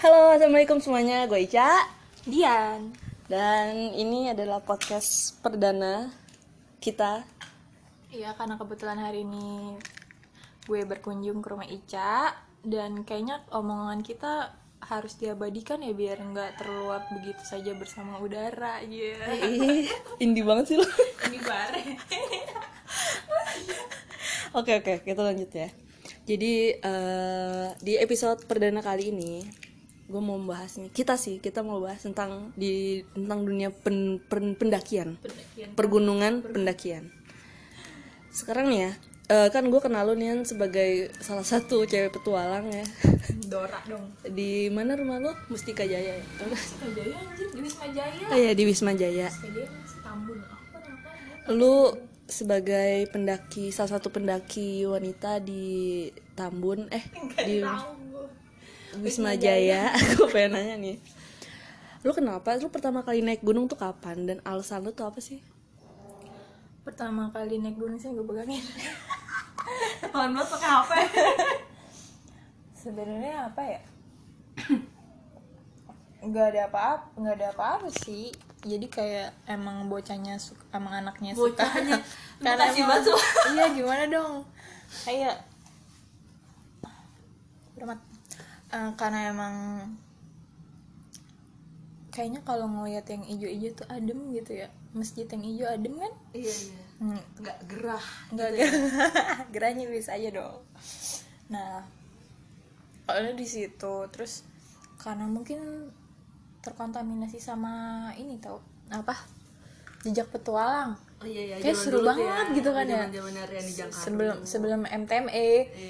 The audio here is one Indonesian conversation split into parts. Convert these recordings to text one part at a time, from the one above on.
Halo, assalamualaikum semuanya. Gue Ica. Dian. Dan ini adalah podcast perdana kita. Iya, karena kebetulan hari ini gue berkunjung ke rumah Ica. Dan kayaknya omongan kita harus diabadikan ya, biar nggak terluap begitu saja bersama udara. Ih, indie banget sih lo. Ini bare. Oke, kita lanjut ya. Jadi di episode perdana kali ini gue mau membahas nih, kita mau bahas tentang dunia pendakian, pergunungan, pendakian. Sekarang nih ya, kan gue kenal lo nih sebagai salah satu cewek petualang ya. Dora dong. Di mana rumah lo? Mustika Jaya ya? Mustika Jaya anjir, di Wisma Jaya. Oh iya, di Wisma Jaya. Mustika Jaya masih Tambun. Apa namanya? Lu sebagai pendaki, salah satu pendaki wanita di Tambun, di Wisma Jaya. Gue pengen nanya nih, lu kenapa? Lu pertama kali naik gunung tuh kapan? Dan alasan lu tuh apa sih? Pertama kali naik gunung sih gue pegangin. Tahun banget pakai HP. Sebenarnya apa ya? nggak ada apa-apa sih. Jadi kayak emang bocahnya emang anaknya suka. Karena emang iya, gimana dong, kayak udah karena emang kayaknya kalau ngeliat yang ijo-ijo tuh adem gitu ya. Masjid yang ijo adem kan? Iya. Nggak gerah. Nggak gerahnya bisa aja dong. Nah, kalau di situ terus karena mungkin terkontaminasi sama ini, tau apa, jejak petualang. Oh iya. Kayak seru banget gitu kan ya. Sebelum MTME.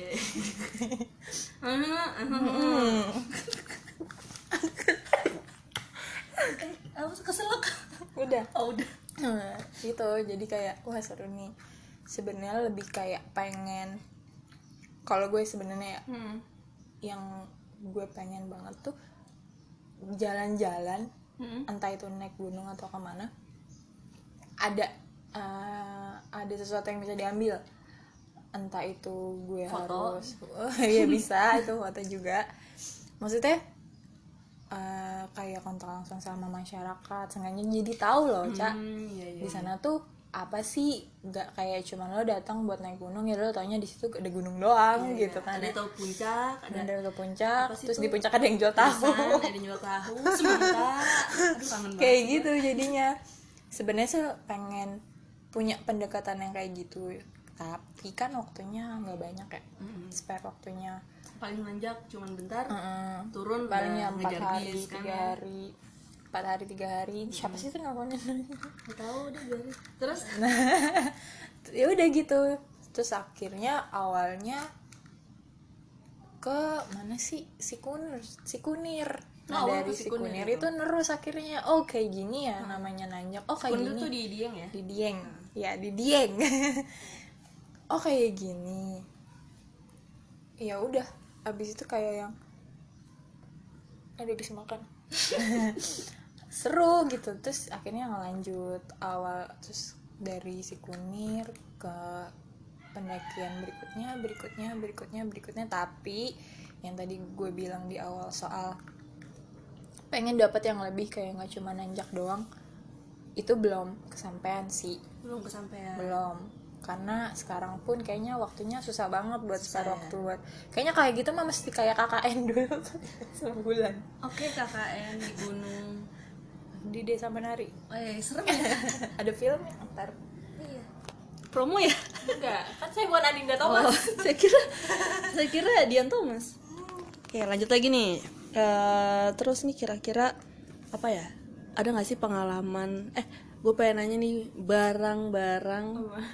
Aku keselak. Udah. Oh udah. Gitu, jadi kayak wah seru nih. Sebenarnya lebih kayak pengen, kalau gue sebenarnya ya, yang gue pengen banget tuh jalan-jalan, entah itu naik gunung atau kemana, ada sesuatu yang bisa diambil, entah itu gue foto. harus ya bisa itu foto juga, maksudnya kayak kontak langsung sama masyarakat, seenggaknya jadi tahu loh, Cak. Di sana tuh apa sih, nggak kayak cuman lo datang buat naik gunung ya lo taunya di situ ada gunung doang gitu kan. Ada tahu puncak, ada puncak, terus di puncak ada yang jual tahu, ada yang jual tahu, semangka. Aduh, kangen banget. Kayak gitu jadinya. Sebenarnya sih pengen punya pendekatan yang kayak gitu, tapi kan waktunya nggak banyak ya. Spare waktunya Paling nanjak cuman bentar, turun palingnya 4 ngejar hari, bis, 3 hari, 4 hari 3 hari. Siapa sih tuh ngapain? Nggak tahu deh gue. Terus Ya udah gitu. Terus akhirnya awalnya ke mana sih? Sikunir. Nah, dari Sikunir itu nerus akhirnya, oh kayak gini ya namanya nanjak. Oh kayak Sikunir gini. tuh di Dieng ya? Di Dieng. Ya, di Dieng. Oh kayak gini. Ya udah, abis itu kayak yang ada bisa makan. Seru gitu. Terus akhirnya ngelanjut awal, terus dari Sikunir ke pendakian berikutnya. Tapi yang tadi gue bilang di awal soal pengen dapat yang lebih, kayak nggak cuma nanjak doang, itu belum kesampaian sih. Belum, karena sekarang pun kayaknya waktunya susah banget buat spare waktu buat, kayaknya kayak gitu mah mesti kayak KKN dulu sebulan. Oke, KKN di gunung di Desa Menari. Serem ya. Ada film ntar. Iya. Promo ya? Enggak, kan saya bukan Adinda Thomas. saya kira Dian Thomas. Oke, lanjut lagi nih. Terus nih kira-kira apa ya? Ada nggak sih pengalaman? Gue pengen nanya nih, barang-barang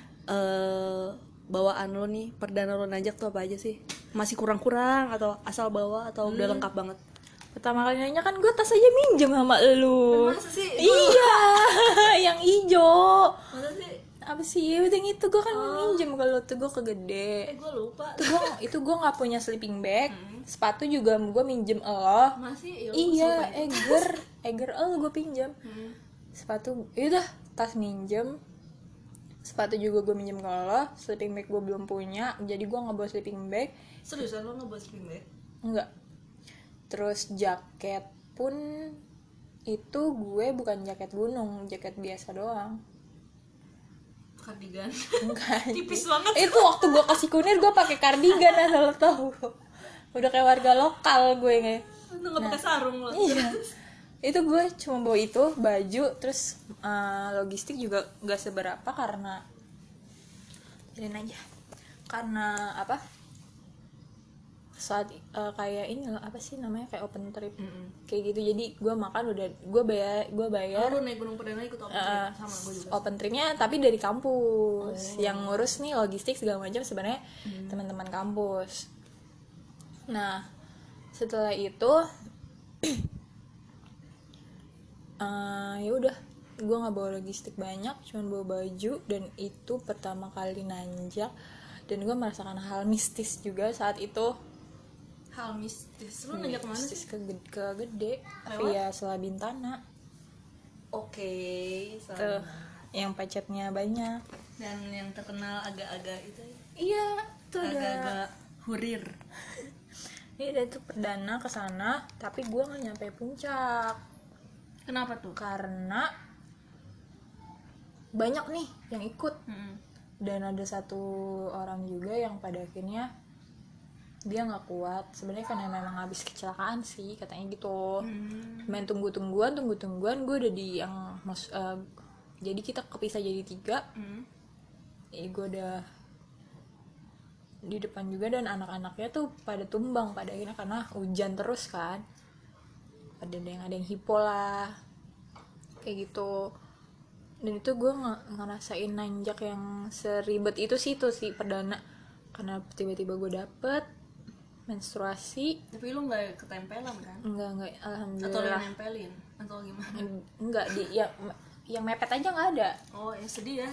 bawaan lo nih perdana lo nanjak tuh apa aja sih? Masih kurang-kurang atau asal bawa atau udah lengkap banget? Pertama kali nanya kan gue tas aja minjem sama lu. Masa sih? Iya, yang ijo. Masa sih? Apa sih yang itu gue kan minjem, kalau tuh gue kegede. Gue lupa. Itu gue nggak punya sleeping bag. Sepatu juga gue minjem lo. Masih? Iya, Eger gue pinjam. Sepatu, yaudah, tas minjem. Sepatu juga gue minjem ke lo. Sleeping bag gue belum punya, jadi gue nggak bawa sleeping bag. Seriusan lo nggak bawa sleeping bag? Enggak. Terus jaket pun itu gue bukan jaket gunung, jaket biasa doang. Kardigan. Enggak. Tipis banget. Itu waktu gue kasih Kunir gue pakai kardigan, asal lo tahu. Udah kayak warga lokal gue kayak. Itu nggak pakai sarung loh. Iya. Itu gue cuma bawa itu baju, terus logistik juga nggak seberapa karena jadiin aja. Karena apa? Saat kayak ini loh, apa sih namanya, kayak open trip kayak gitu. Jadi gue makan udah gue bayar. Lu naik Gunung Perdana ikut open trip sama gue juga. Open tripnya tapi dari kampus. Yang ngurus nih logistik segala macam sebenarnya teman-teman kampus. Nah setelah itu ya udah, gue nggak bawa logistik banyak, cuman bawa baju. Dan itu pertama kali nanjak dan gue merasakan hal mistis juga saat itu. Hal mistis. Lu nanjak kemana sih? Ke Gede via Selabintana. Oke, Tuh yang pacetnya banyak dan yang terkenal agak-agak itu ya. Iya tuh Agak-agak hurir. Iya, itu perdana ke sana, tapi gue nggak nyampe puncak. Kenapa tuh? Karena banyak nih yang ikut. Dan ada satu orang juga yang pada akhirnya dia nggak kuat. Sebenarnya karena memang habis kecelakaan sih katanya gitu. Main tunggu-tungguan gue udah di yang jadi kita kepisah jadi 3. Gue udah di depan juga, dan anak-anaknya tuh pada tumbang pada akhirnya karena hujan terus kan. Ada yang hipo lah kayak gitu. Dan itu gue ngerasain nanjak yang seribet itu sih perdana, karena tiba-tiba gue dapet menstruasi. Tapi lu nggak ketempelan kan? Enggak, alhamdulillah. Atau lu yang nempelin atau gimana? Enggak, yang mepet aja nggak ada. Oh ya sedih ya.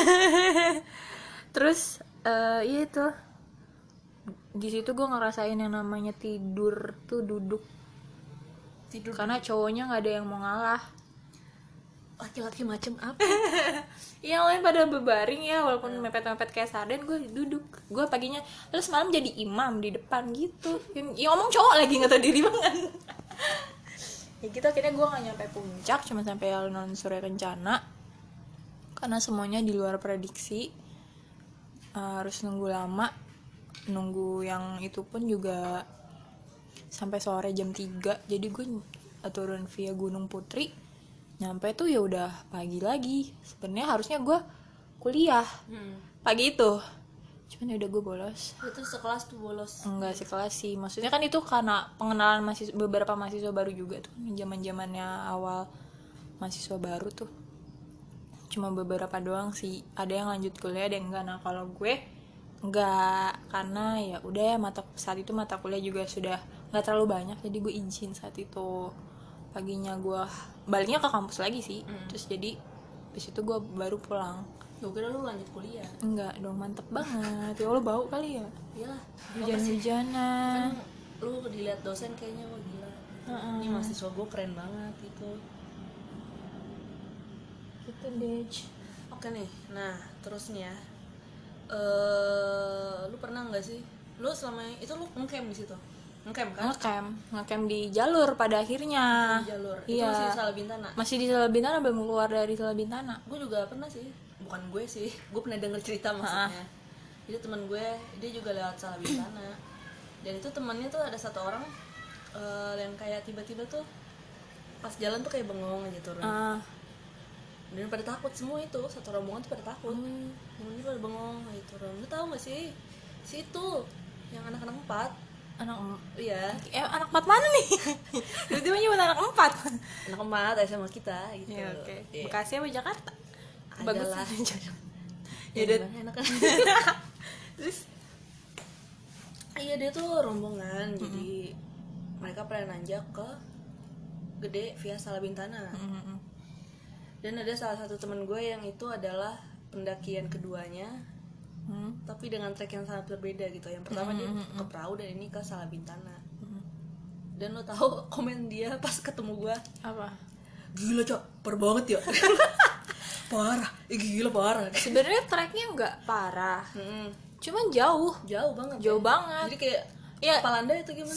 Terus iya itu di situ gue ngerasain yang namanya tidur tuh duduk karena cowoknya nggak ada yang mau ngalah. Laki-laki macam apa? Yang lain pada berbaring ya, walaupun mepet-mepet kayak sarden, gue duduk. Gue paginya terus malam jadi imam di depan gitu. Yang ngomong cowok lagi nggak tahu diri banget. Ya gitu, akhirnya gue nggak nyampe puncak, cuma sampai alun-alun Surya Kencana karena semuanya di luar prediksi. Harus nunggu lama, nunggu yang itu pun juga sampai sore jam 3. Jadi gue turun via Gunung Putri, nyampe tuh ya udah pagi lagi. Sebenarnya harusnya gue kuliah pagi itu, cuman ya udah gue bolos. Itu sekelas tuh bolos? Enggak sekelas sih, maksudnya kan itu karena pengenalan beberapa mahasiswa baru juga tuh, zaman-zamannya awal mahasiswa baru tuh. Cuma beberapa doang sih, ada yang lanjut kuliah, ada yang enggak. Nah kalau gue enggak, karena ya udah saat itu mata kuliah juga sudah nggak terlalu banyak, jadi gue izin saat itu. Paginya gue baliknya ke kampus lagi sih. Terus jadi habis itu gue baru pulang. Gue kira lu lanjut kuliah. Enggak dong, mantep banget. Ya Allah, bau kali ya. Iyalah, hujan-hujanan. Kan lu dilihat dosen kayaknya wah gila. Ini mahasiswa gue keren banget gitu. Gitu deh. Oke nih, nah terus nih ya, lu pernah nggak sih? Lu selama itu lu ngecamp di situ? Ngecamp kan? Ngecamp di jalur pada akhirnya. Di jalur. Iya. Itu masih di Salabintana. Masih di Salabintana, belum keluar dari Salabintana. Gue juga pernah sih. Bukan gue sih. Gue pernah denger cerita maksudnya. Jadi teman gue dia juga lewat Salabintana. Dan itu temannya tuh ada satu orang yang kayak tiba-tiba tuh pas jalan tuh kayak bengong aja turun. Dan pada takut semua itu, satu rombongan tuh pada takut. Temennya pada bengong aja turun. Lu tahu nggak sih? Si itu yang anak-anak 4. Iya. Anak 4 mana nih? Tiba-tiba nyebut anak 4. Anak 4 SMA kita gitu. Ya, oke. Bekasi apa Jakarta? Bagus lah. Ya udah enak kan. Terus iya dia tuh rombongan. Jadi mereka pernah nanjak ke Gede via Salabintana. Dan ada salah satu teman gue yang itu adalah pendakian keduanya. Tapi dengan trek yang sangat berbeda gitu. Yang pertama dia ke perahu, dan ini ke Salabintana. Dan lo tahu komen dia pas ketemu gue apa? Gila Cok, parah banget ya. Parah, gila parah. Sebenarnya treknya nggak parah, cuman jauh banget. Jauh banget. Jadi kayak ya, Palanda itu gimana?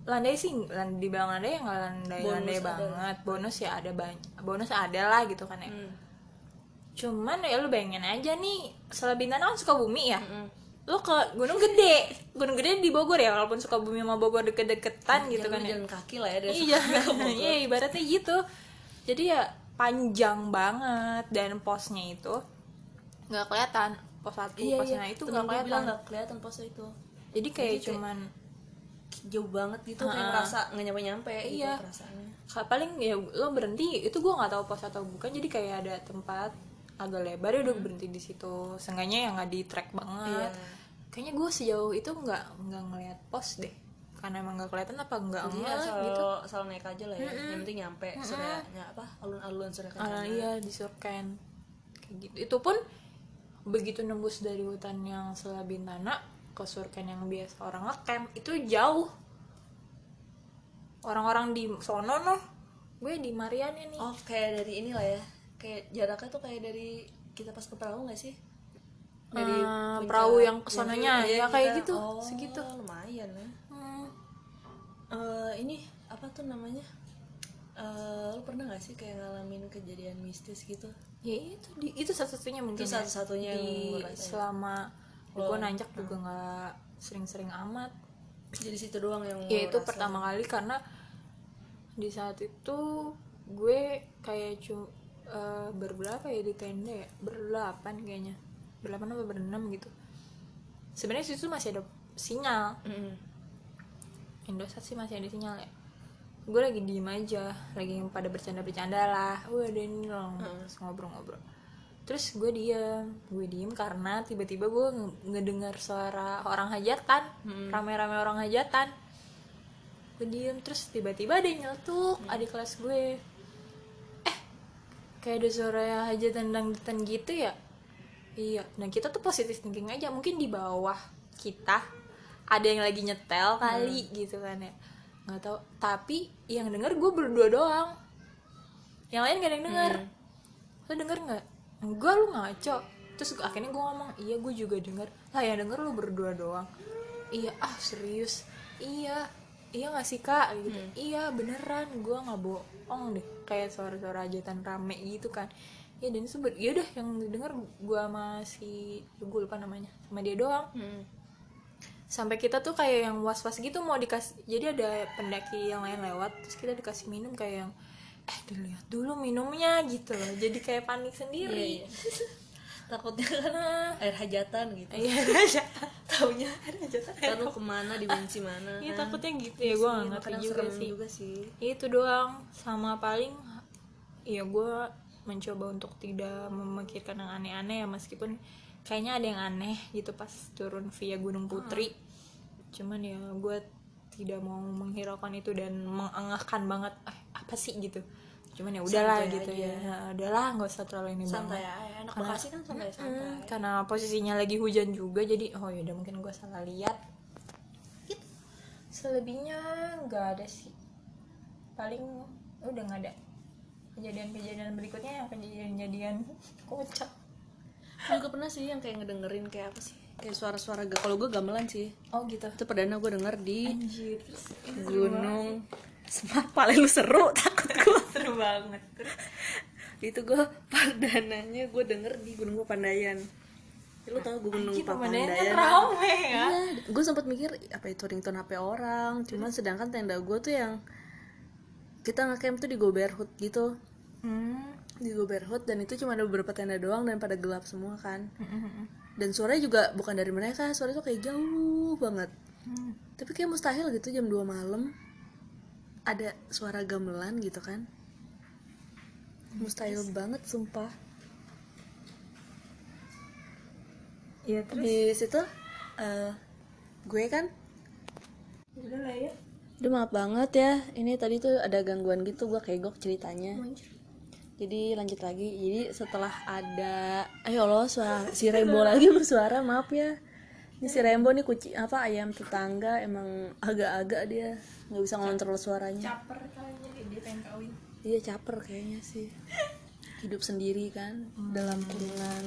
landai sih dibilang landai ya nggak landai banget. Bonus ya ada banyak, bonus ada lah gitu kan ya. Cuman ya lu bayangin aja nih, Selebintana kan Sukabumi ya. Lu ke Gunung Gede di Bogor ya, walaupun Sukabumi sama Bogor deket-deketan gitu kan ya. Jalan kaki lah ya dari Iya, iya ibaratnya gitu. Jadi ya panjang banget, dan posnya itu nggak kelihatan. Pos 1, posnya itu nggak kelihatan. Nggak kelihatan posnya itu. Jadi kayak cuman jauh banget gitu, kayak ngerasa nggak nyampe iya. gitu perasaannya. Paling ya lo berhenti, itu gue nggak tahu pos atau bukan, jadi kayak ada tempat agak lebar ya udah berhenti di situ. Seenggaknya yang nggak di track banget. Kayaknya gue sejauh itu nggak ngeliat pos deh, karena emang nggak kelihatan apa nggak gitu. Asal naik aja lah ya, yang penting nyampe Suryanya apa alun-alun Surya Kencana. Iya di Surken kayak gitu. Itu pun begitu nembus dari hutan yang Selebintana ke Surken yang biasa orang ngecamp itu jauh. Orang-orang di sono noh, gue di Mariannya nih. Oh kayak dari inilah ya, kayak jaraknya tuh kayak dari kita pas ke perahu nggak sih? Dari perahu yang kesonanya ya kayak gitu, segitu. Lumayan ya. Ini apa tuh namanya? Lu pernah nggak sih kayak ngalamin kejadian mistis gitu? Ya itu satu-satunya mungkin. Itu satu-satunya di selama gue nanjak juga nggak sering-sering amat. Jadi situ doang yang ya itu pertama kali, karena di saat itu gue kayak berberapa ya di tenda ya, berdelapan kayaknya, berdelapan atau berenam gitu. Sebenarnya situ masih ada sinyal. Indosat sih masih ada sinyal ya. Gue lagi diem aja, lagi pada bercanda lah, ada ini loh, ngobrol-ngobrol. Terus gue diem karena tiba-tiba gue ngedengar suara orang hajatan, rame-rame orang hajatan. Gue diem, terus tiba-tiba ada yang nyeletuk, adik kelas gue, kayak ada suara hajatan dangdutan gitu ya. Iya, nah kita tuh positive thinking aja, mungkin di bawah kita ada yang lagi nyetel kali gitu kan ya, nggak tahu. Tapi yang denger gue berdua doang, yang lain gak ada yang denger. Lo denger nggak? Enggak, lu ngaco. Terus akhirnya gue ngomong, iya gue juga denger. Lah yang denger lu berdua doang. Iya, serius. Iya nggak sih kak gitu. Iya beneran, gue nggak bohong deh, kayak suara-suara hajatan rame gitu kan. Ya dan itu ya udah yang denger gue masih, gue lupa namanya, sama dia doang. Sampai kita tuh kayak yang was-was gitu mau dikasih, jadi ada pendaki yang lain lewat, terus kita dikasih minum kayak yang dilihat dulu minumnya gitu loh, jadi kayak panik sendiri. Takutnya kan air hajatan gitu. Iya, air hajatan. Taunya air hajatan. Lalu kemana, dibenci mana? Iya takutnya gitu ya, gue nggak ngerti juga sih. Itu doang. Sama paling ya gue mencoba untuk tidak memikirkan yang aneh-aneh ya, meskipun kayaknya ada yang aneh gitu pas turun via Gunung Putri. Cuman ya gue tidak mau menghiraukan itu dan mengengahkan banget apa sih gitu. Cuman ya udahlah gitu aja. Ya udahlah, nggak usah terlalu ini santai banget. Aja, anak Bekasi kan santai. Karena posisinya lagi hujan juga, jadi ya udah mungkin gue salah lihat gitu. Selebihnya nggak ada sih, paling udah nggak ada kejadian-kejadian berikutnya yang kejadian kocak. Gue juga pernah sih yang kayak ngedengerin kayak apa sih, kayak suara-suara kalau gue gamelan sih. Oh gitu. Itu perdana gue denger di Gunung Semak. Paling lu seru, takut gue. Seru banget. Itu gue perdananya gue denger di Gunung Papandayan. Lu tau Gunung Papandayan rame ya? Iya, gue sempat mikir apa itu ringtone HP orang. Cuman sedangkan tenda gue tuh yang kita ngecamp tuh di Goberhut gitu. Di Goberhut, dan itu cuma ada beberapa tenda doang dan pada gelap semua kan. Dan suaranya juga bukan dari mereka, suaranya tuh kayak jauh banget. Tapi kayak mustahil gitu jam 2 malam ada suara gamelan gitu kan. Mustahil banget sumpah. Iya, terus di situ gue kan udah lah ya. Udah maaf banget ya, ini tadi tuh ada gangguan gitu, gue kegok ceritanya. Jadi lanjut lagi. Jadi setelah ada Allah, suara si Rembo lagi bersuara, maaf ya. Ini si Rembo nih kucing apa ayam tetangga, emang agak-agak dia nggak bisa ngontrol suaranya. Caper kayaknya dia pengen kawin. Iya caper kayaknya sih. Hidup sendiri kan dalam kurungan.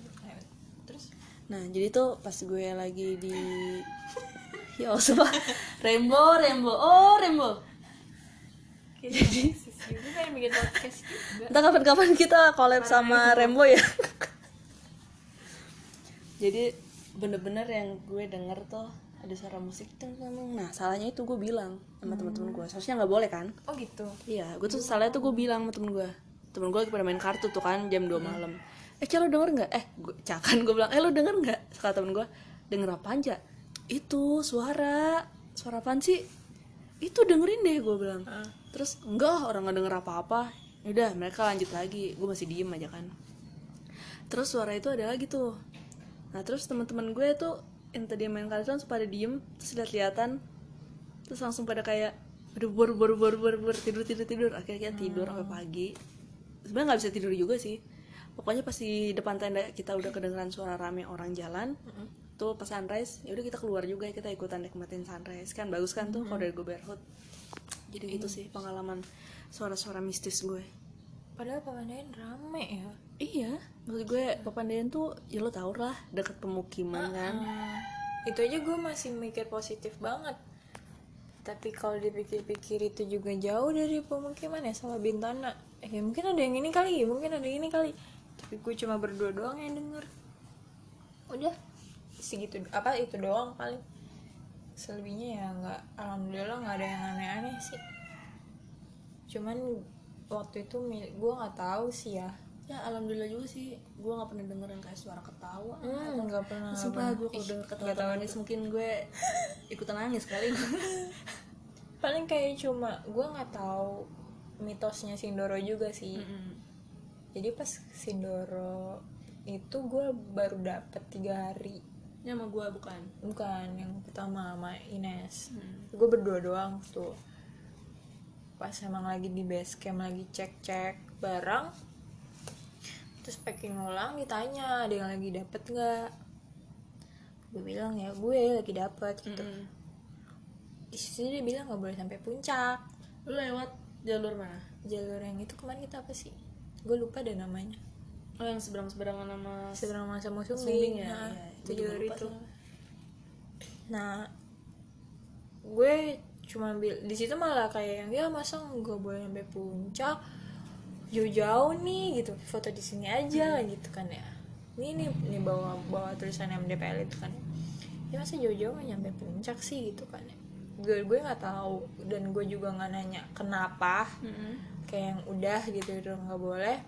Terus nah jadi tuh pas gue lagi di ya Allah Rembo. Jadi gue pengen bikin podcast juga. Entah kapan-kapan kita collab sama Rembo ya. Jadi bener-bener yang gue denger tuh ada suara musik nah salahnya itu gue bilang sama teman-teman gue, seharusnya nggak boleh kan. Oh gitu. Iya, gue tuh salahnya tuh gue bilang sama temen gue lagi pada main kartu tuh kan jam 2 malam. Lo denger nggak? Gue bilang lo denger nggak? Kata temen gue, denger apa aja? Itu suara apaan sih? Itu dengerin deh, gue bilang. Terus enggak, orang nggak denger apa-apa. Udah, mereka lanjut lagi, gue masih diem aja kan. Terus suara itu ada lagi tuh. Nah terus teman-teman gue tuh yang tadi main kartu langsung pada diem, terus lihat-lihatan, terus langsung pada kayak aduh bor tidur. Akhirnya kita tidur sampai pagi. Sebenarnya nggak bisa tidur juga sih. Pokoknya pas di depan tenda kita udah kedengeran suara rame orang jalan. Tuh pas sunrise, ya udah kita keluar juga, kita ikutan nikmatin sunrise. Kan bagus kan tuh kalau dari gue barefoot. Jadi gitu sih pengalaman suara-suara mistis gue. Padahal Papandayan rame ya. Iya, maksud gue Papandayan tuh ya lo tau lah, dekat pemukiman kan. Itu aja gue masih mikir positif banget. Tapi kalau dipikir-pikir itu juga jauh dari pemukiman ya, Sawah Bintana. Ya mungkin ada yang ini kali. Tapi gue cuma berdua doang yang denger. Udah segitu, itu doang paling. Selebihnya ya nggak, alhamdulillah nggak ada yang aneh-aneh sih. Cuman waktu itu gue nggak tahu sih ya. Ya alhamdulillah juga sih, gue nggak pernah denger yang kayak suara ketawa. Nggak pernah. Sumpah gue kalau denger ketawa nangis mungkin gue ikutan nangis kali. Paling kayak cuma gue nggak tahu mitosnya Sindoro juga sih. Jadi pas Sindoro itu gue baru dapet 3 hari. Ini sama gue bukan yang pertama sama Ines. Gue berdua doang tuh. Pas emang lagi di base camp lagi cek barang, terus packing ulang, ditanya ada yang lagi dapet nggak. Gue bilang ya gue lagi dapet gitu. Di situ dia bilang nggak boleh sampai puncak. Lu lewat jalur mana? Jalur yang itu kemarin kita apa sih? Gue lupa deh namanya. Oh yang seberang-seberangan sama Sumbing ya. Nah, Ya, itu jalur itu. Sih. Nah, gue cuma di situ malah kayak yang ya masa nggak boleh sampai puncak, jauh-jauh nih gitu, foto di sini aja gitu kan ya. Ini bawa tulisan MDPL itu kan. Ya masa jauh-jauh nggak nyampe puncak sih gitu kan ya. Gue nggak tahu dan gue juga nggak nanya kenapa. Kayak yang udah gitu itu nggak boleh.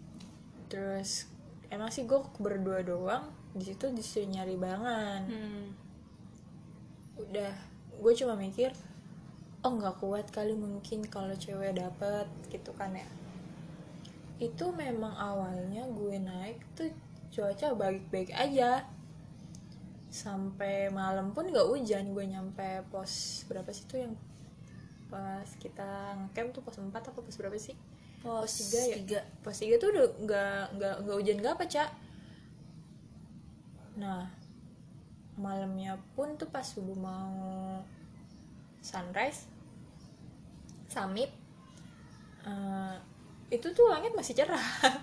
Terus emang sih gue berdua doang di situ disuruh nyari barengan. Udah gue cuma mikir nggak kuat kali mungkin kalau cewek dapet gitu kan ya. Itu memang awalnya gue naik tuh cuaca baik-baik aja sampai malam pun nggak hujan. Gue nyampe pos berapa sih tuh yang pas kita ngecamp tuh, pos 4 apa pos berapa sih? Pos 3 ya? Pos 3 tuh udah nggak hujan nggak apa, Cak. Nah malamnya pun tuh pas udah mau sunrise summit, itu tuh langit masih cerah.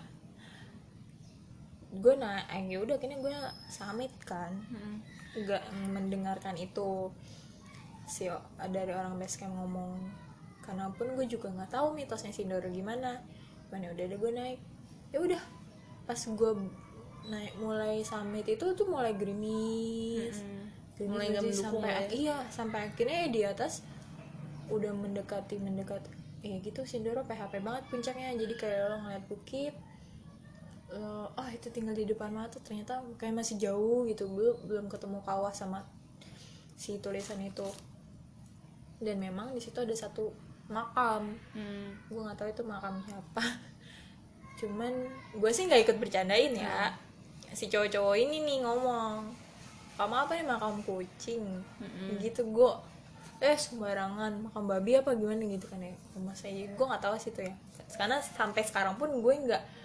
Gue ya udah kayaknya gue summit kan, nggak mendengarkan itu si dari orang base camp ngomong, karena pun gue juga nggak tahu mitosnya Sindoro gimana. Cuman ya udah deh gue naik. Ya udah pas gue naik mulai summit itu tuh mulai gerimis, mulai nggak mendukung sampai ya. Iya sampai akhirnya di atas udah mendekati ya gitu. Sindoro PHP banget puncaknya, jadi kayak lo ngeliat bukit, itu tinggal di depan mata, ternyata kayak masih jauh gitu, belum ketemu kawah sama si tulisan itu. Dan memang di situ ada satu makam, gue nggak tahu itu makam siapa. Cuman gue sih nggak ikut bercandain ya. Si cowok-cowok ini nih ngomong, kamu apa nih, makam kucing gitu. Gue sembarangan, makam babi apa gimana gitu kan ya. Masa gue nggak tahu sih itu ya, karena sampai sekarang pun gue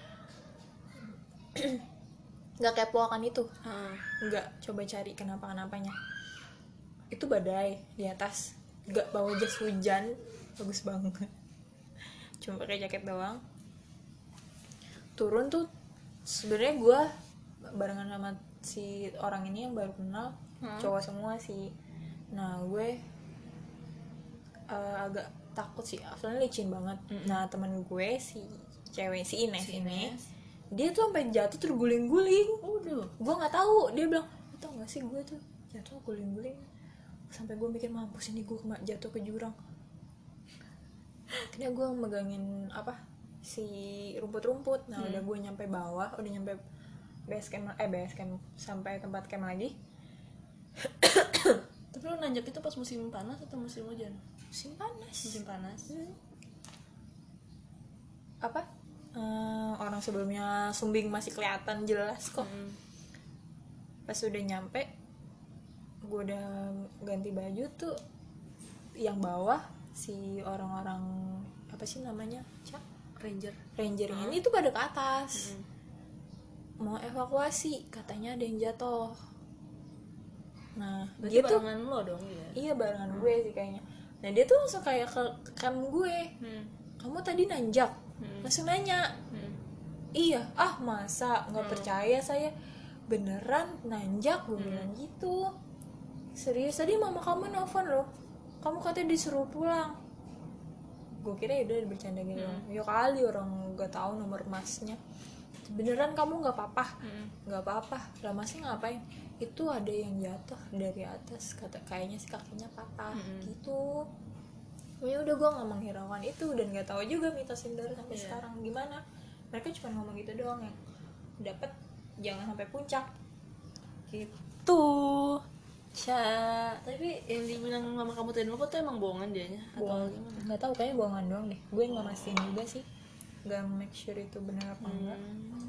nggak kepo akan itu, nggak coba cari kenapa-kenapanya. Itu badai di atas, nggak bawa jas hujan, bagus banget, cuma pakai jaket doang. Turun tuh sebenarnya gue barengan sama si orang ini yang baru kenal, cowok semua sih. Nah gue agak takut sih, soalnya licin banget. Nah teman gue si cewek si Ines ini, dia tuh sampai jatuh terguling-guling. Gue nggak tahu, dia bilang, tau nggak sih gue tuh jatuh guling-guling, sampai gue mikir mampus ini gue jatuh ke jurang. Akhirnya gue megangin si rumput-rumput. Nah udah gue nyampe bawah, udah nyampe base camp sampai tempat camp lagi. Tapi lo nanjak itu pas musim panas atau musim hujan? Musim panas. Orang sebelumnya Sumbing masih kelihatan jelas kok. Pas udah nyampe, gue udah ganti baju tuh, yang bawah si orang-orang apa sih namanya, ranger ini tuh pada ke atas, mau evakuasi, katanya ada yang jatuh. Nah berarti dia tuh barengan lo dong ya? Iya barengan gue sih kayaknya. Nah dia tuh langsung kayak ke camp gue, kamu tadi nanjak? Langsung nanya. Iya, masa nggak percaya saya, beneran nanjak, gue bilang gitu. Serius, tadi mama kamu nelfon loh, kamu katanya disuruh pulang. Gue kira udah bercanda gitu. Ya kali orang nggak tahu nomor masnya. Beneran kamu nggak apa-apa? Nggak apa-apa. Lah masnya ngapain? Itu ada yang jatuh dari atas, kayaknya sih kakinya patah gitu. Ya udah, gue nggak menghiraukan itu dan nggak tahu juga mitos Sindoro sampai sekarang gimana. Mereka cuma ngomong gitu doang, yang dapat jangan sampai puncak gitu. Tapi yang dibilang mama kamu tadi lupa tuh emang bohongan dianya atau gimana? Nggak tahu, kayaknya bohongan doang deh. Gue nggak mastiin juga sih, nggak make sure itu benar apa enggak.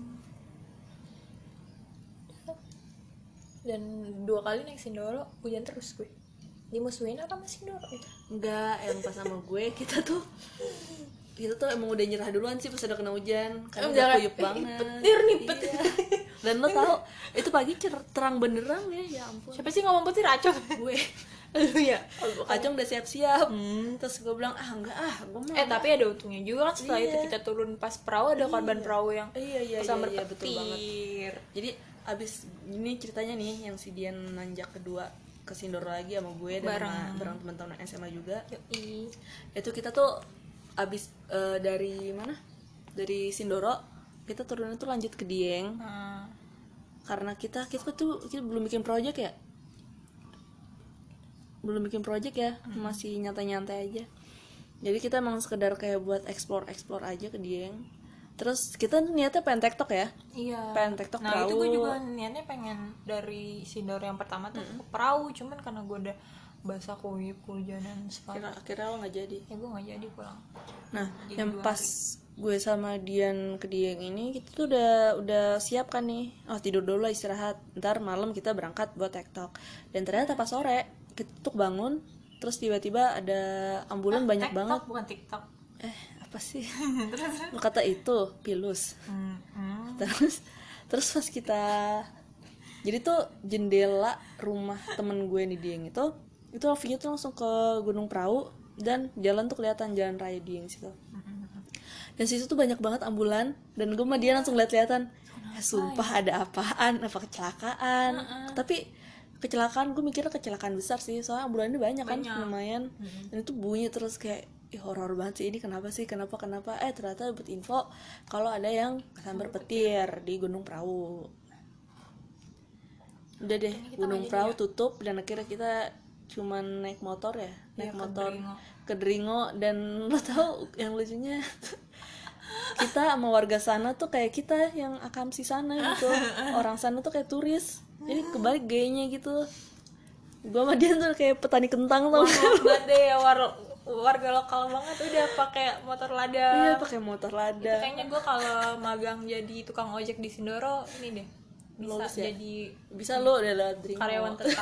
Dan 2 kali naik Sindoro hujan terus gue. Dimusuhin apa sama Sindoro itu? Enggak, yang pas sama gue kita tuh emang udah nyerah duluan sih pas udah kena hujan, karena udah kuyup banget. Petir. Iya. Dan lo tau itu pagi terang benderang ya ampun. Siapa sih ngomong petir? Acong. Gue. Lu ya. Acong udah siap-siap. Terus gue bilang gue mau. Tapi ada untungnya juga kan, setelah itu kita turun pas perahu ada korban perahu yang sambar petir. Betul banget. Jadi abis ini ceritanya nih, yang si Dian nanjak kedua ke Sindoro lagi sama gue dan bareng teman-teman SMA juga. Itu kita tuh abis dari mana? Dari Sindoro kita turun itu lanjut ke Dieng. Karena kita belum bikin project ya. Masih nyantai-nyantai aja. Jadi kita emang sekedar kayak buat explore aja ke Dieng. Terus kita niatnya pengen TikTok ya. Iya. Pengen TikTok nah, perahu. Itu gue juga niatnya pengen dari Sindoro yang pertama tuh ke perahu, cuman karena gue udah basah kuyup kehujanan sekali. Akhirnya lo nggak jadi. Ya gue nggak jadi pulang. Nah, jadi yang pas gue sama Dian ke Dieng ini, kita tuh udah siap kan nih. Tidur dulu lah, istirahat. Ntar malam kita berangkat buat TikTok. Dan ternyata pas sore kita tuh bangun, terus tiba-tiba ada ambulan banyak TikTok, banget. Bukan TikTok. Apa sih? Lo kata itu pilus. Terus pas kita, jadi tuh jendela rumah temen gue di Dieng itu view tuh langsung ke Gunung Perahu dan jalan tuh kelihatan jalan raya Dieng situ. Dan situ tuh banyak banget ambulan dan gue sama dia langsung lihat-lihatan. Sumpah ada apaan? Apa kecelakaan? Tapi kecelakaan, gue mikirnya kecelakaan besar sih, soalnya ambulannya banyak kan, lumayan. Dan itu bunyi terus kayak horor banget sih, ini kenapa sih, kenapa ternyata dapat info kalau ada yang kesambar petir di Gunung Perahu. Udah deh, Gunung Perahu tutup dan akhirnya kita cuman naik motor ke Deringo. Dan lo tau yang lucunya kita sama warga sana tuh kayak kita yang akamsi sana gitu. Orang sana tuh kayak turis, jadi kebalik gayanya gitu. Gue sama dia tuh kayak petani kentang tau. Banget deh ya, warga lokal banget, udah pakai motor lada. Iya, pakai motor lada. Itu kayaknya gue kalau magang jadi tukang ojek di Sindoro ini deh bisa lo udah lewat Dringo, karyawan tetap.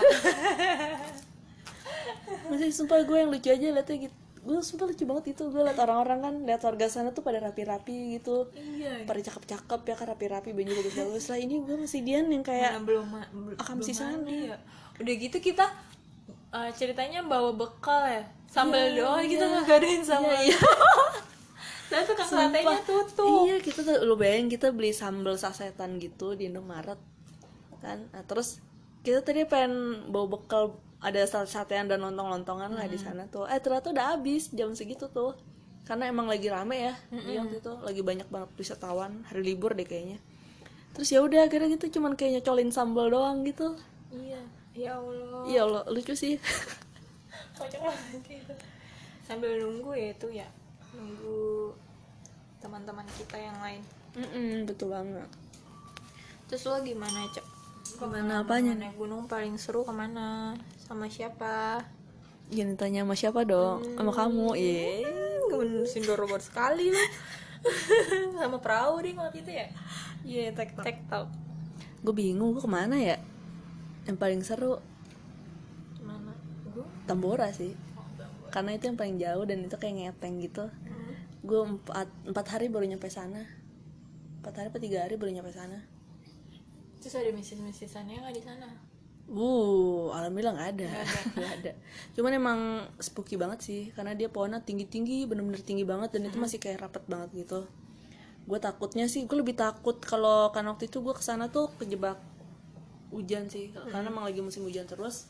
Masih sumpah gue yang lucu aja liatnya gitu. Gue sumpah lucu banget itu, gue liat orang-orang kan, liat warga sana tuh pada rapi-rapi gitu. Pada cakep-cakep ya kan, rapi-rapi, baju bagus-bagus lah. Ini gue masih Dian yang kayak belum akamsi sana. Udah gitu kita ceritanya bawa bekal ya, sambal doang gitu, ngadain sambal. Dan tukang satenya tutup. Iya, kita tuh, lu bayangin kita beli sambal sasetan gitu di Indomaret kan. Nah, terus kita tadi pengen bawa bekal ada sate-satean dan lontong-lontongan lah di sana tuh. Ternyata udah habis jam segitu tuh, karena emang lagi rame ya. Iya, waktu itu lagi banyak banget wisatawan, hari libur deh kayaknya. Terus ya udah akhirnya gitu cuman kayak nyocolin sambal doang gitu. Iya, ya Allah. Iya Allah, lucu sih. Kocak banget itu. Sambil nunggu ya itu ya, nunggu teman-teman kita yang lain. Betul banget. Terus lo gimana, Cok? Gimana apanya? Naik gunung paling seru kemana? Sama siapa? Jangan tanya sama siapa dong, sama kamu. Gak bener Sindoro baru sekali lo. Sama perahu deh waktu itu ya. Iya, TikTok. Gue bingung gue kemana ya. Yang paling seru Mana? Gue? Tambora sih, karena itu yang paling jauh dan itu kayak ngeteng gitu. Gue 4 hari baru nyampe sana. 4 hari atau 3 hari baru nyampe sana. Terus ada misis-misisannya nggak di sana? Alhamdulillah nggak ada. Nggak ada. Cuman emang spooky banget sih, karena dia pohonnya tinggi-tinggi, bener-bener tinggi banget, dan itu masih kayak rapet banget gitu. Gue takutnya sih, gue lebih takut kalau kan waktu itu gue kesana tuh kejebak hujan sih, karena emang lagi musim hujan terus.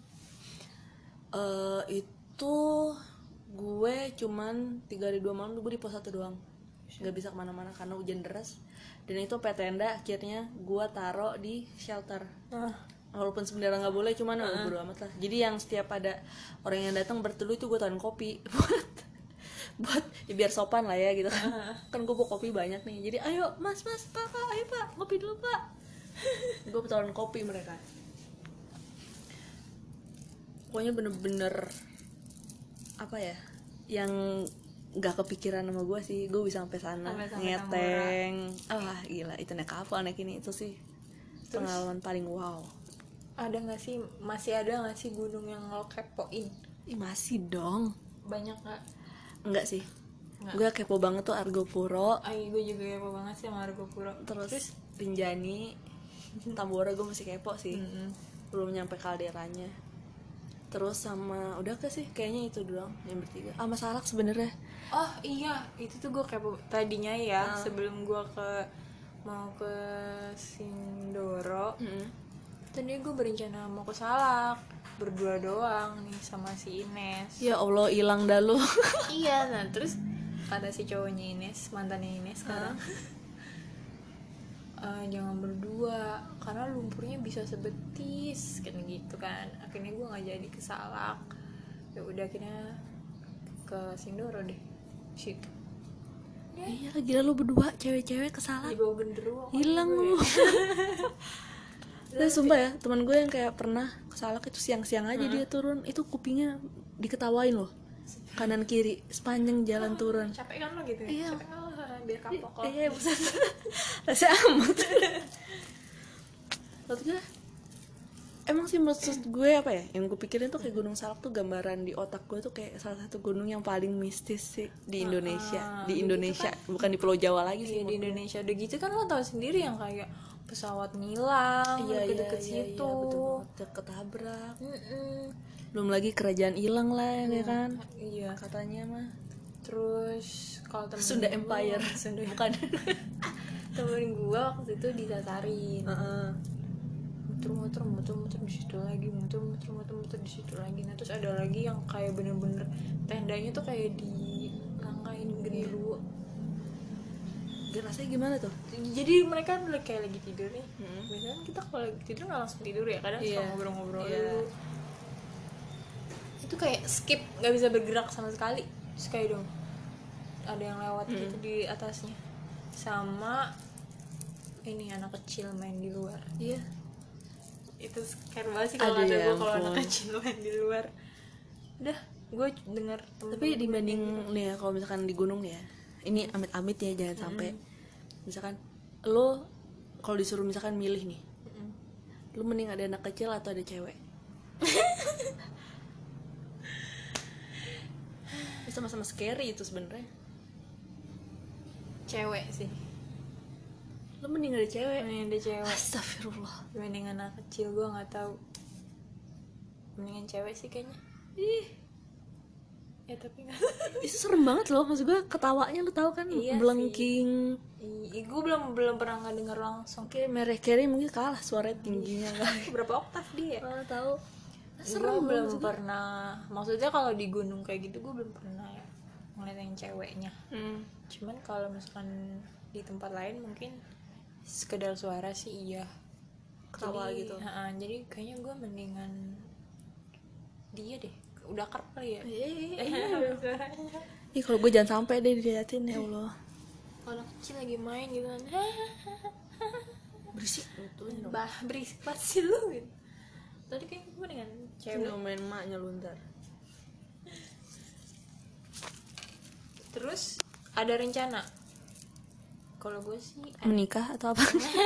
Itu gue cuman 3 hari 2 malam gue di pos 1 doang, nggak bisa kemana-mana karena hujan deras. Dan itu tenda akhirnya gue taruh di shelter. Walaupun sebenarnya nggak boleh, cuman bodo amat lah. Jadi yang setiap ada orang yang datang berteduh itu gue taruhin kopi buat ya biar sopan lah ya gitu kan gue bawa kopi banyak nih, jadi ayo mas pak, ayo pak kopi dulu pak. Gue taruhin kopi mereka. Pokoknya bener-bener apa ya, yang nggak kepikiran sama gue sih, gue bisa sampai sana ngeteng. Gila, itu naik kapal naik ini, itu sih pengalaman paling wow. Ada nggak sih, masih ada nggak sih gunung yang lo kepoin? Masih dong. Banyak nggak? Enggak sih, gue kepo banget tuh Argopuro. Gue juga kepo banget sih sama Argopuro. Terus Rinjani, Tambora gue masih kepo sih. Belum nyampe kalderanya. Terus sama udah ke sih kayaknya itu doang yang bertiga. Sama Salak sebenarnya. Oh iya, itu tuh gue kepo tadinya ya. Sebelum gue mau ke Sindoro, tadi gue berencana mau ke Salak berdua doang nih sama si Ines. Ya Allah, hilang dah lu. Iya, nah terus kata si cowoknya Ines, mantannya Ines sekarang, jangan berdua karena lumpurnya bisa sebetis kan gitu kan. Akhirnya gue nggak jadi ke Salak. Ya udah akhirnya ke Sindoro deh situ. Iya gila lu berdua cewek-cewek ke Salak. Di bawah genderuwo hilang lu. Tapi sumpah ya, teman gue yang kayak pernah ke Salak itu siang-siang aja dia turun, itu kupingnya diketawain loh, kanan kiri sepanjang jalan turun. Capek kan lo gitu ya? Iya. Capek kan lo biar kapok lo. Iya buset. Rasa amat. Lalu gue emang sih maksud gue apa ya, yang gue pikirin tuh kayak Gunung Salak tuh gambaran di otak gue tuh kayak salah satu gunung yang paling mistis sih di Indonesia. Di Indonesia kan, bukan di Pulau Jawa lagi sih. Iya, di Indonesia udah gitu kan lo tau sendiri yang kayak pesawat ngilang deket-deket situ. Iya, betul banget, ketabrak. Belum lagi kerajaan hilang lah ya kan. Iya, katanya mah. Terus kalau temen Sunda Empire bukan. Temen gue waktu itu disasarin. Muter di situ lagi, muter di situ lagi. Nah terus ada lagi yang kayak bener-bener tendanya tuh kayak dilangkain genderuwo. Rasanya gimana tuh? Jadi mereka kayak lagi tidur nih. Biasanya kita kalau lagi tidur nggak langsung tidur ya, kadang suka ngobrol-ngobrol dulu. Itu kayak skip, nggak bisa bergerak sama sekali. Terus kayak dong ada yang lewat gitu di atasnya. Sama ini anak kecil main di luar. Iya. Itu scare banget sih kalau ada gue kalau anak kecil main di luar. Udah, gue denger. Tapi dibanding nih ya, kalau misalkan di gunung ya, ini amit-amit ya, jangan sampai misalkan lo kalau disuruh misalkan milih nih, lo mending ada anak kecil atau ada cewek? Sama-sama scary itu sebenarnya. Cewek sih. Lo mending ada cewek? Mending ada cewek. Astagfirullah. Mending anak kecil gue nggak tahu. Mendingan cewek sih kayaknya. Ya tapi nggak. Itu serem banget loh, maksud gue ketawanya lo tau kan, melengking. Gue belum pernah nggak dengar langsung. Kayak Mereh Carey mungkin kalah suaranya tingginya kan. Berapa oktav dia? Tahu. gue belum pernah, maksudnya kalau di gunung kayak gitu gue belum pernah ya ngeliat yang ceweknya. Cuman kalau misalkan di tempat lain mungkin sekedar suara sih iya, ketawa jadi, gitu. Jadi kayaknya gue mendingan dia deh, udah kerap kali ya. Ih kalau gue jangan sampai deh diliatin, ya Allah. Kalau kecil lagi main gitu kan, Berisik betul dong. berisik banget sih lu gitu. Tadi kayak gue dengan cewek Main maknya lu ntar. terus ada rencana. Kalau gue sih Menikah atau apa?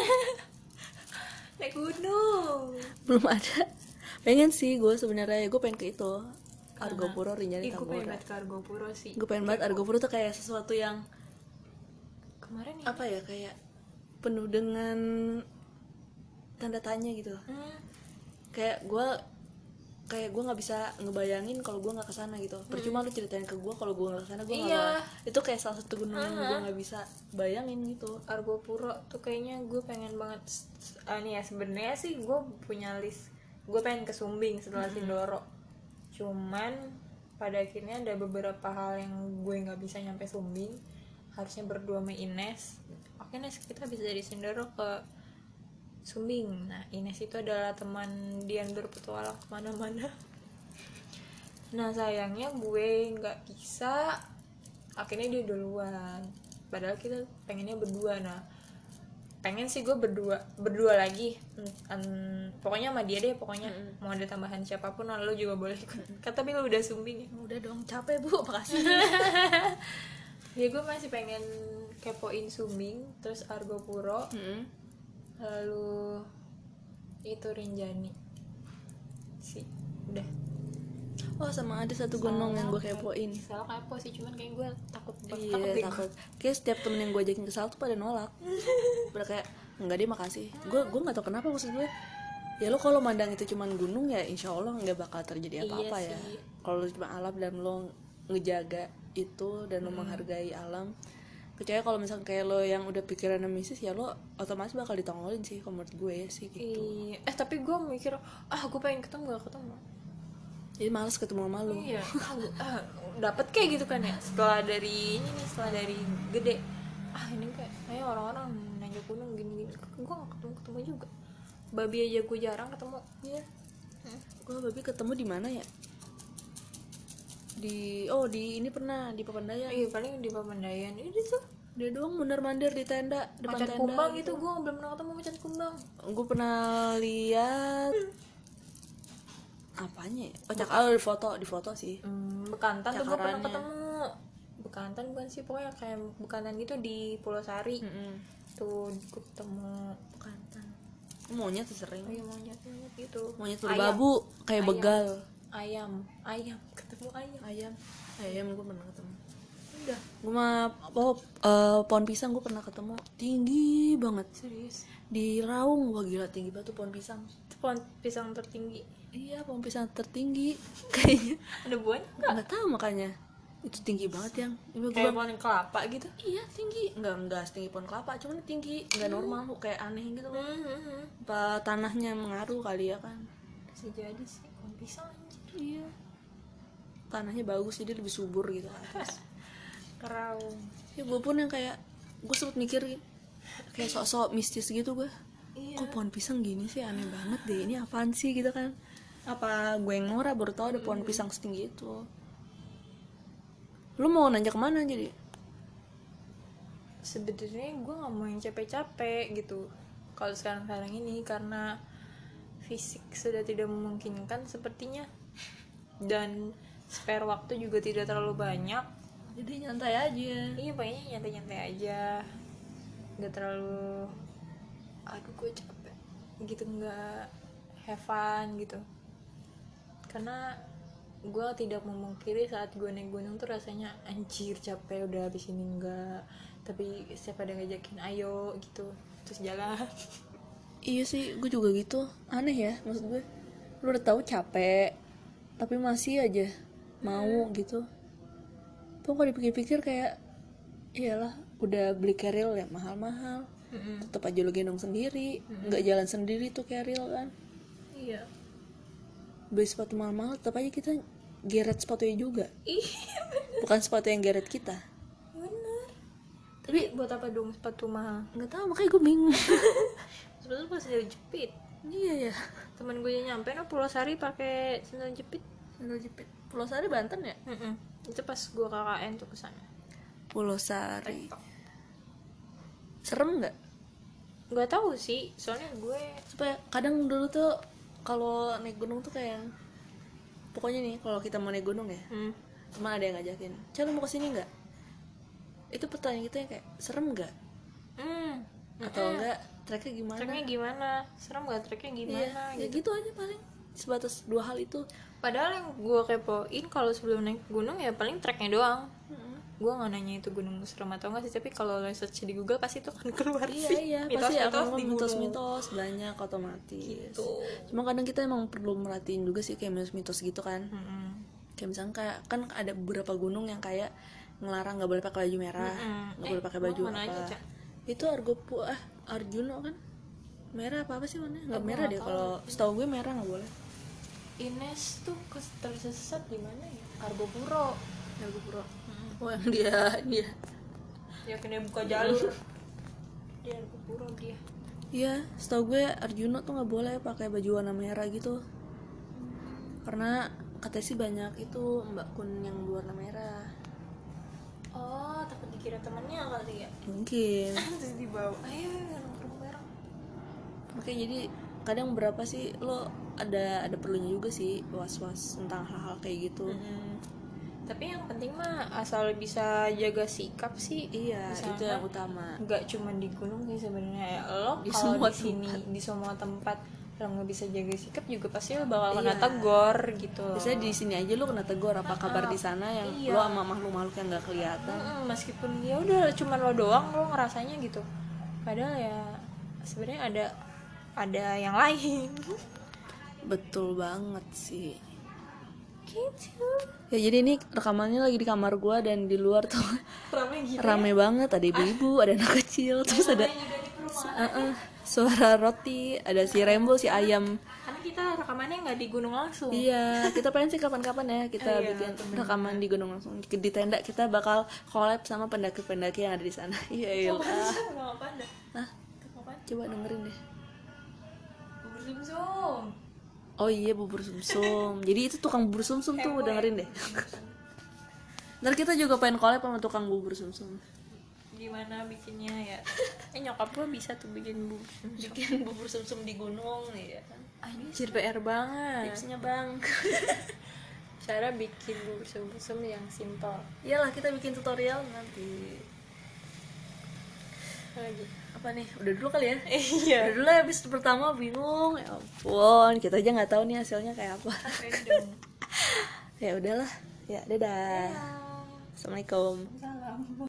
naik gunung. Belum ada. Pengen sih gue sebenarnya, gue pengen ke itu Argopuro, Rinjani, Gue pengen Tambora. banget ke Argopuro sih. Gue pengen banget Argopuro tuh kayak sesuatu yang Kemarin ya. apa ya, kayak penuh dengan tanda tanya gitu. Kayak gue nggak bisa ngebayangin kalau gue nggak kesana gitu. Percuma lu ceritain ke gue, kalau gue nggak kesana gue nggak bakal. Itu kayak salah satu gunung yang gue nggak bisa bayangin gitu. Argopuro tuh kayaknya gue pengen banget. Nih ya sebenarnya sih gue punya list. Gue pengen ke Sumbing setelah Sindoro. Cuman pada akhirnya ada beberapa hal yang gue nggak bisa nyampe Sumbing. Harusnya berdua sama Ines. Oke Ines, kita bisa dari Sindoro ke Sumbing. Nah Ines itu adalah teman Dian berpetualang kemana-mana. Nah sayangnya gue nggak bisa. Akhirnya dia duluan. Padahal kita pengennya berdua. Nah pengen sih gue berdua lagi. Pokoknya sama dia deh. Pokoknya mau ada tambahan siapapun, lo juga boleh ikut. Tapi lo udah Sumbing ya. Udah dong, capek bu, makasih. Ya gue masih pengen kepoin Sumbing, terus Argopuro, lalu itu Rinjani sih, udah. Oh sama ada satu gunung yang gue kepoin. Salah kepo sih, cuman kayak gue takut Iya takut. Kayak setiap temen yang gue ajakin ke sana tuh pada nolak. Pada kayak enggak deh makasih. Gue nggak tahu kenapa, maksud gue. Ya lo kalau mandang itu cuman gunung ya insya Allah nggak bakal terjadi apa-apa ya. Kalau cuma alam dan lo ngejaga itu dan lo menghargai alam. Kecuali kalau misalnya kayak lo yang udah pikirannya mistis, ya lo otomatis bakal ditongolin sih, kalau menurut gue sih gitu. Tapi gue mikir gue pengen ketemu gak ketemu. Jadi males ketemu sama lo. Iya. Dapat kayak gitu kan ya. Setelah dari gede. Ini kayak orang-orang nanjak gunung gini-gini. Gue gak ketemu juga. Babi aja gue jarang ketemu. Iya. Gue babi ketemu di mana ya? Di ini pernah di Papandayan. Iya paling di Papandayan ini tuh. Dia doang mondar-mandir di tenda, depan Macan tenda. kumbang gitu. Gue belum pernah ketemu macan kumbang. Gue pernah lihat apanya ya? Di foto sih. Bekantan tuh gue pernah ketemu. Bekantan bukan sih, pokoknya kayak bekantan gitu di Pulau Sari. Tuh gue ketemu bekantan. Monyet tuh sering. Iya monyet gitu. Monyet babu kayak begal. Ayam ketemu Ayam gue pernah ketemu. Udah, gue mah pohon pisang gue pernah ketemu, tinggi banget. Serius? Di Raung, wah gila tinggi banget tuh pohon pisang. Itu pohon pisang tertinggi. Iya, pohon pisang tertinggi kayaknya. Ada buahnya? Nggak tahu makanya. Itu tinggi banget yang. Kayak pohon kelapa gitu. Iya tinggi, enggak setinggi pohon kelapa, cuman tinggi, nggak normal, kayak aneh gitu loh. Apa tanahnya mengaruh kali ya kan? Bisa jadi sih pohon pisang anjir. Iya. Tanahnya bagus jadi lebih subur gitu atas. Keraung. Ya gue pun yang kayak gue sempet mikir kayak sok-sok mistis gitu gue. Kok pohon pisang gini sih, aneh banget deh, ini apaan sih gitu kan? Apa gue yang norak baru tau ada pohon pisang setinggi itu. Lu mau nanjak kemana jadi? Sebenarnya gue nggak mau yang capek-capek gitu kalau sekarang ini, karena fisik sudah tidak memungkinkan sepertinya, dan spare waktu juga tidak terlalu banyak. Jadi nyantai aja. Iya pokoknya nyantai-nyantai aja, nggak terlalu aduh gue capek gitu, nggak have fun gitu. Karena gue tidak memungkiri saat gue naik gunung tuh rasanya anjir capek udah habis ini, enggak, tapi setiap ada ngajakin ayo gitu terus jalan. Iya sih, gue juga gitu. Aneh ya, maksud gue lu udah tahu capek tapi masih aja mau gitu. Tuh kalau dipikir-pikir kayak iyalah udah beli keril ya mahal-mahal, tetap aja lu gendong sendiri, nggak jalan sendiri tuh keril kan. Iya. beli sepatu mahal-mahal tetap aja kita geret sepatunya juga. Iya Bukan sepatu yang geret kita. bener. Tapi buat apa dong sepatu mahal? Nggak tahu, makanya gue bingung. Sepatu pasti jepit. Iya ya. Temen gue yang nyampe Pulau Sari pakai sandal jepit. Sandal jepit. Pulau Sari Banten ya? Itu pas gue KKN tuh kesana. Pulau Sari. Serem nggak? Gak tahu sih, soalnya gue Supaya kadang dulu tuh kalau naik gunung tuh kayak, pokoknya nih kalau kita mau naik gunung ya, teman ada yang ngajakin, "Cel, lu mau kesini nggak?" Itu pertanyaan kita yang kayak, serem nggak? Atau enggak, treknya gimana? treknya gimana? Serem gak treknya gimana? Iya, ya gitu aja paling. Sebatas dua hal itu. Padahal yang gue kepoin kalau sebelum naik gunung ya paling treknya doang. Gue nggak nanya itu gunung serem atau enggak sih, tapi kalau lo search di Google pasti itu akan keluar sih. Iya, pasti akan mitos-mitos banyak otomatis. Gitu. Cuma kadang kita emang perlu merhatiin juga sih kayak mitos-mitos gitu kan. Kayak misalnya kayak kan ada beberapa gunung yang kayak ngelarang nggak boleh pakai baju merah, nggak boleh pakai baju mana apa. aja, Itu Arjuno kan merah apa sih warnanya? Nggak merah deh, kalau setahu gue merah nggak boleh. Ines tuh tersesat di mana ya? Argopuro. Oh yang dia Ya kena buka jalur. Dia Argopuro dia. iya, setahu gue Arjuno tuh nggak boleh pakai baju warna merah gitu, karena katanya sih banyak itu mbak kun yang berwarna merah. Oh, takut dikira temennya kali ya. Mungkin. Terus dibawa. Ayo nongkrong bareng. Oke, jadi kadang berapa sih lo ada perlunya juga sih was-was tentang hal-hal kayak gitu. Tapi yang penting mah asal bisa jaga sikap sih. Iya, itu yang utama. Nggak cuma di gunung sih sebenarnya ya. Lo Di kalau semua di sini di semua tempat lo nggak bisa jaga sikap juga pasti lo bakal kena tegur gitu. Biasanya di sini aja lo kena tegur, apa kabar di sana yang lo sama makhluk-makhluk yang nggak kelihatan. Meskipun ya udah cuma lo doang lo ngerasanya gitu. Padahal ya sebenarnya ada yang lain. Betul banget sih. Gitu. Ya jadi ini rekamannya lagi di kamar gue, dan di luar tuh rame banget, ada ibu-ibu, ada anak kecil, terus ada suara roti, ada si Rembo, si ayam. Karena kita rekamannya nggak di gunung langsung. Iya, kita pengen sih kapan-kapan ya kita bikin rekaman di gunung langsung di tenda. Kita bakal collab sama pendaki-pendaki yang ada di sana. Iya. Nah, coba dengerin deh. Bubur sumsum. Oh iya, bubur sumsum. Jadi itu tukang bubur sumsum tuh, dengerin deh. Ntar kita juga pengen collab sama tukang bubur sumsum. Gimana bikinnya ya? Nyokap gue bisa tuh bikin bubur sumsum di gunung ya kan. Anjir PR banget. Tipsnya bang. Cara bikin bubur sumsum yang simpel. Iyalah, kita bikin tutorial nanti. Lagi apa nih, udah dulu kali ya. Iya. Udah dulu ya, habis pertama bingung, ya ampun, kita aja nggak tahu nih hasilnya kayak apa. Ya udahlah, ya dadah. Assalamualaikum. Salam.